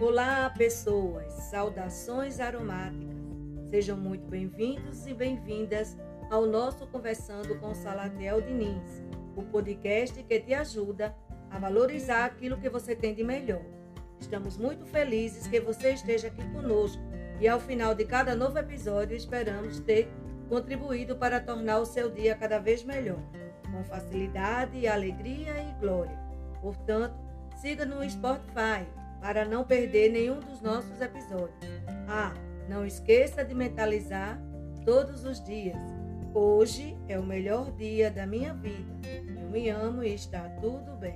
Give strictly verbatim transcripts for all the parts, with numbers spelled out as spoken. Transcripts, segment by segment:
Olá, pessoas! Saudações aromáticas! Sejam muito bem-vindos e bem-vindas ao nosso Conversando com Salatiel Diniz, o podcast que te ajuda a valorizar aquilo que você tem de melhor. Estamos muito felizes que você esteja aqui conosco e ao final de cada novo episódio esperamos ter contribuído para tornar o seu dia cada vez melhor, com facilidade, alegria e glória. Portanto, siga no Spotify para não perder nenhum dos nossos episódios. Ah, não esqueça de mentalizar todos os dias. Hoje é o melhor dia da minha vida. Eu me amo e está tudo bem.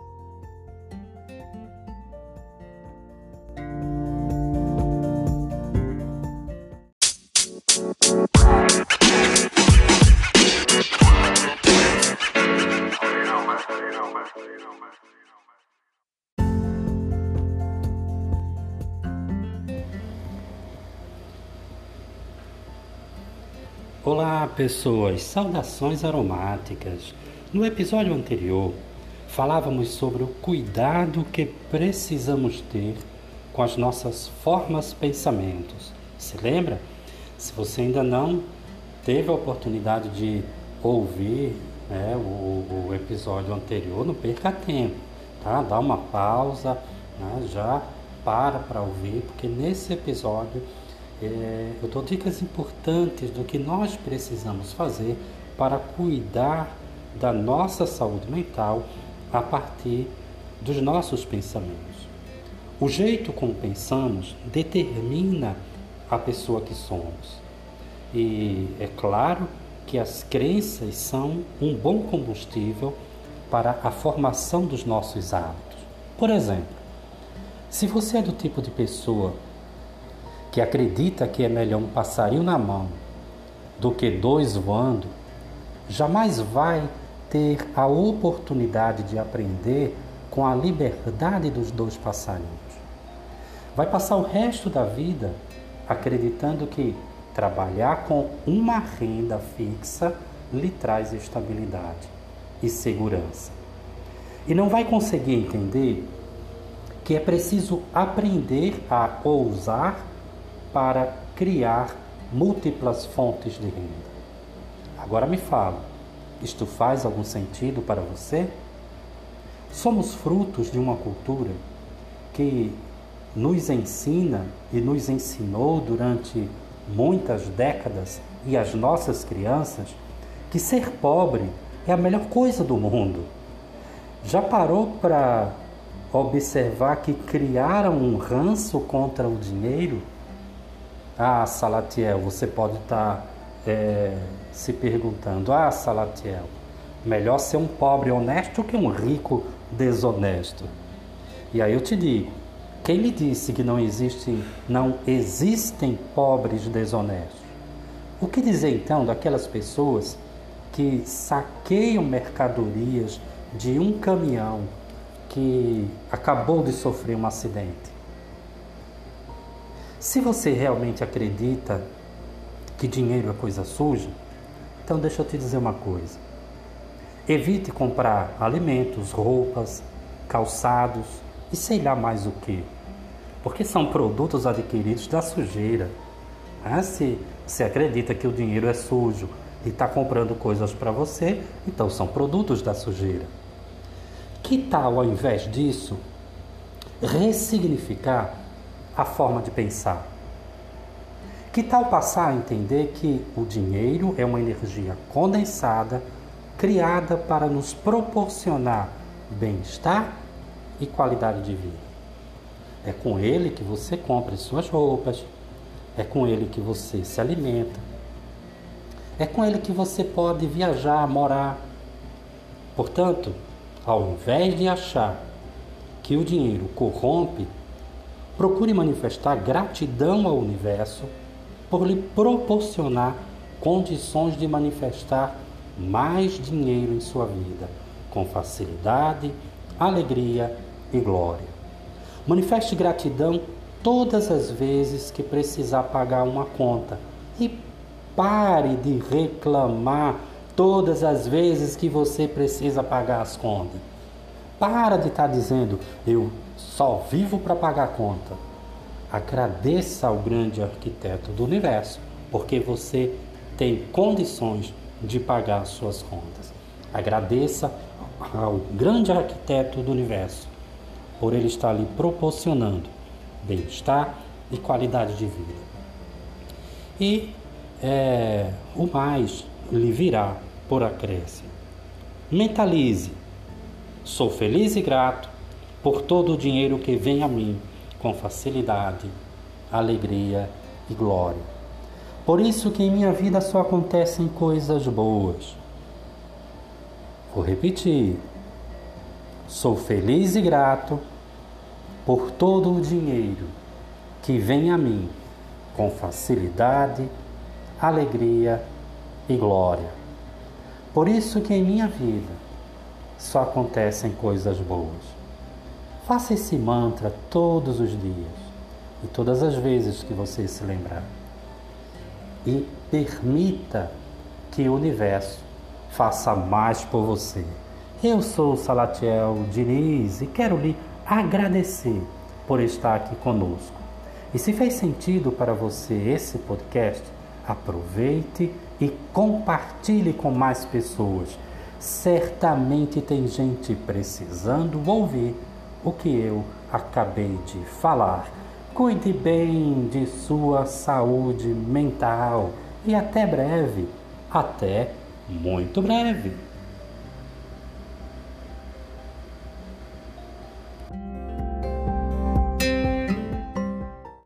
Olá, pessoas! Saudações aromáticas! No episódio anterior, falávamos sobre o cuidado que precisamos ter com as nossas formas pensamentos. Se lembra? Se você ainda não teve a oportunidade de ouvir né, o, o episódio anterior, não perca tempo, tá? Dá uma pausa, né? Já para para ouvir, porque nesse episódio É, eu dou dicas importantes do que nós precisamos fazer para cuidar da nossa saúde mental a partir dos nossos pensamentos. O jeito como pensamos determina a pessoa que somos. E é claro que as crenças são um bom combustível para a formação dos nossos hábitos. Por exemplo, se você é do tipo de pessoa que acredita que é melhor um passarinho na mão do que dois voando, jamais vai ter a oportunidade de aprender com a liberdade dos dois passarinhos. Vai passar o resto da vida acreditando que trabalhar com uma renda fixa lhe traz estabilidade e segurança. E não vai conseguir entender que é preciso aprender a ousar para criar múltiplas fontes de renda. Agora me fala, isto faz algum sentido para você? Somos frutos de uma cultura que nos ensina e nos ensinou durante muitas décadas, e as nossas crianças, que ser pobre é a melhor coisa do mundo. Já parou para observar que criaram um ranço contra o dinheiro? Ah, Salatiel, você pode estar é, se perguntando, ah, Salatiel, melhor ser um pobre honesto que um rico desonesto. E aí eu te digo, quem lhe disse que não existem, não existem pobres desonestos? O que dizer então daquelas pessoas que saqueiam mercadorias de um caminhão que acabou de sofrer um acidente? Se você realmente acredita que dinheiro é coisa suja, então deixa eu te dizer uma coisa. Evite comprar alimentos, roupas, calçados e sei lá mais o que, porque são produtos adquiridos da sujeira. Ah, se você acredita que o dinheiro é sujo e está comprando coisas para você, então são produtos da sujeira. Que tal, ao invés disso, ressignificar a forma de pensar? Que tal passar a entender que o dinheiro é uma energia condensada, criada para nos proporcionar bem-estar e qualidade de vida? É com ele que você compra as suas roupas, é com ele que você se alimenta, é com ele que você pode viajar, morar. Portanto, ao invés de achar que o dinheiro corrompe, procure manifestar gratidão ao universo por lhe proporcionar condições de manifestar mais dinheiro em sua vida, com facilidade, alegria e glória. Manifeste gratidão todas as vezes que precisar pagar uma conta e pare de reclamar todas as vezes que você precisa pagar as contas. Para de estar dizendo, eu só vivo para pagar a conta. Agradeça ao grande arquiteto do universo, porque você tem condições de pagar as suas contas. Agradeça ao grande arquiteto do universo, por ele estar lhe proporcionando bem-estar e qualidade de vida. E é, o mais lhe virá por acréscimo. Mentalize. Sou feliz e grato por todo o dinheiro que vem a mim com facilidade, alegria e glória. Por isso que em minha vida só acontecem coisas boas. Vou repetir. Sou feliz e grato por todo o dinheiro que vem a mim com facilidade, alegria e glória. Por isso que em minha vida só acontecem coisas boas. Faça esse mantra todos os dias e todas as vezes que você se lembrar. E permita que o universo faça mais por você. Eu sou Salatiel Diniz e quero lhe agradecer por estar aqui conosco. E se fez sentido para você esse podcast, aproveite e compartilhe com mais pessoas. Certamente tem gente precisando ouvir o que eu acabei de falar. Cuide bem de sua saúde mental e até breve, até muito breve.